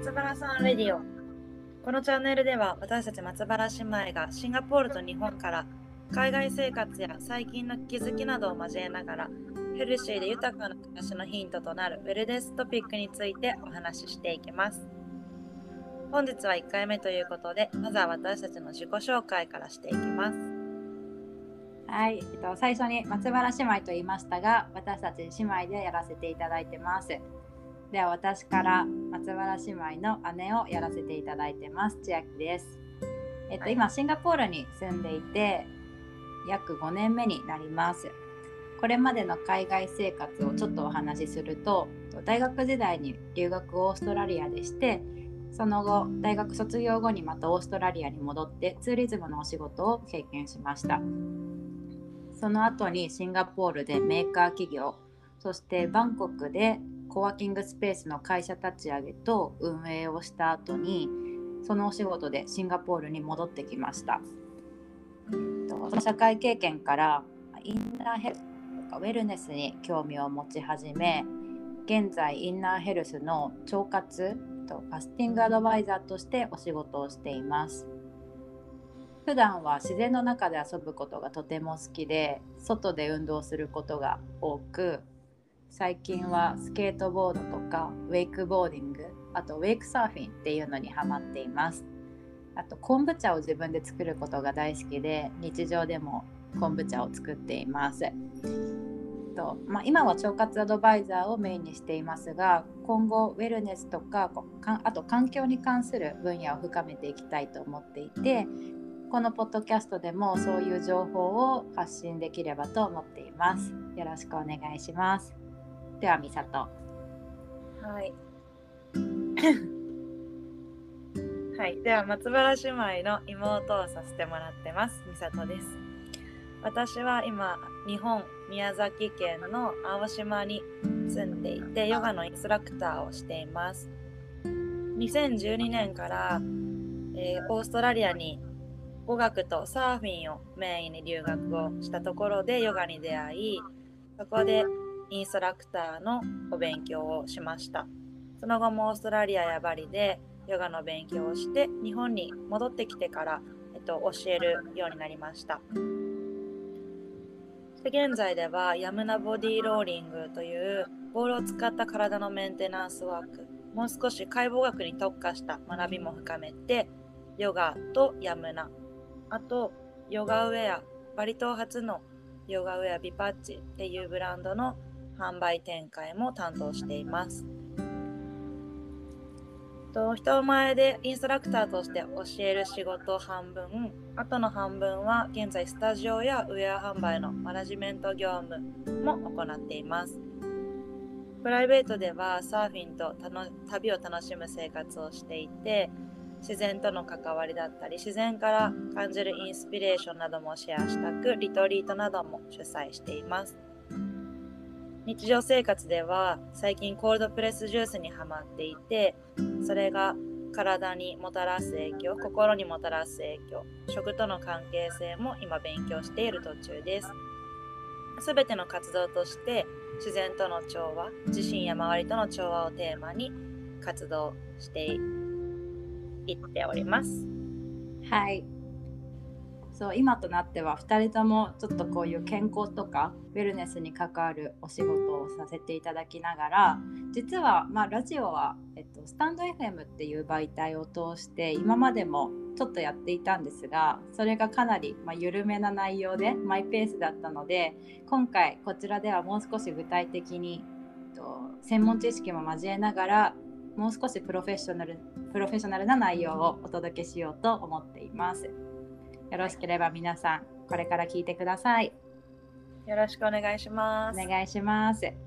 松原さんレディオ。このチャンネルでは私たち松原姉妹がシンガポールと日本から海外生活や最近の気づきなどを交えながらヘルシーで豊かな暮らしのヒントとなるウェルネストピックについてお話ししていきます。本日は1回目ということで、まずは私たちの自己紹介からしていきます。 はい、最初に松原姉妹と言いましたが、私たち姉妹でやらせていただいてます。では私から松原姉妹の姉をやらせていただいてます千秋です。今シンガポールに住んでいて約5年目になります。これまでの海外生活をちょっとお話しすると、大学時代に留学をオーストラリアでして、その後大学卒業後にまたオーストラリアに戻ってツーリズムのお仕事を経験しました。その後にシンガポールでメーカー企業、そしてバンコクでコワーキングスペースの会社立ち上げと運営をした後に、そのお仕事でシンガポールに戻ってきました。その社会経験からインナーヘルスとかウェルネスに興味を持ち始め、現在インナーヘルスの腸活とファスティングアドバイザーとしてお仕事をしています。普段は自然の中で遊ぶことがとても好きで、外で運動することが多く、最近はスケートボードとかウェイクボーディング、あとウェイクサーフィンっていうのにハマっています。あと昆布茶を自分で作ることが大好きで、日常でも昆布茶を作っています。今は腸活アドバイザーをメインにしていますが、今後ウェルネスとかあと環境に関する分野を深めていきたいと思っていて、このポッドキャストでもそういう情報を発信できればと思っています。よろしくお願いします。では美里。 はい。はい、では松原姉妹の妹をさせてもらってます美里です。私は今日本宮崎県の青島に住んでいて、ヨガのインストラクターをしています。2012年から、オーストラリアに語学とサーフィンをメインに留学をしたところでヨガに出会い、そこでインストラクターのお勉強をしました。その後もオーストラリアやバリでヨガの勉強をして日本に戻ってきてから、教えるようになりました。で現在ではヤムナボディローリングというボールを使った体のメンテナンスワーク、もう少し解剖学に特化した学びも深めて、ヨガとヤムナ、あとヨガウェア、バリ島初のヨガウェアビパッチっていうブランドの販売展開も担当しています。人前でインストラクターとして教える仕事半分、あとの半分は現在スタジオやウェア販売のマネジメント業務も行っています。プライベートではサーフィンと旅を楽しむ生活をしていて、自然との関わりだったり自然から感じるインスピレーションなどもシェアしたく、リトリートなども主催しています。日常生活では最近コールドプレスジュースにハマっていて、それが体にもたらす影響、心にもたらす影響、食との関係性も今勉強している途中です。すべての活動として自然との調和、自身や周りとの調和をテーマに活動していっております。 はい。今となっては2人ともちょっとこういう健康とかウェルネスに関わるお仕事をさせていただきながら、実はラジオは、スタンド FM っていう媒体を通して今までもちょっとやっていたんですが、それがかなり、緩めな内容でマイペースだったので、今回こちらではもう少し具体的に、専門知識も交えながらもう少しプロフェッショナルな内容をお届けしようと思っています。よろしければ皆さんこれから聞いてください。 よろしくお願いします。 お願いします。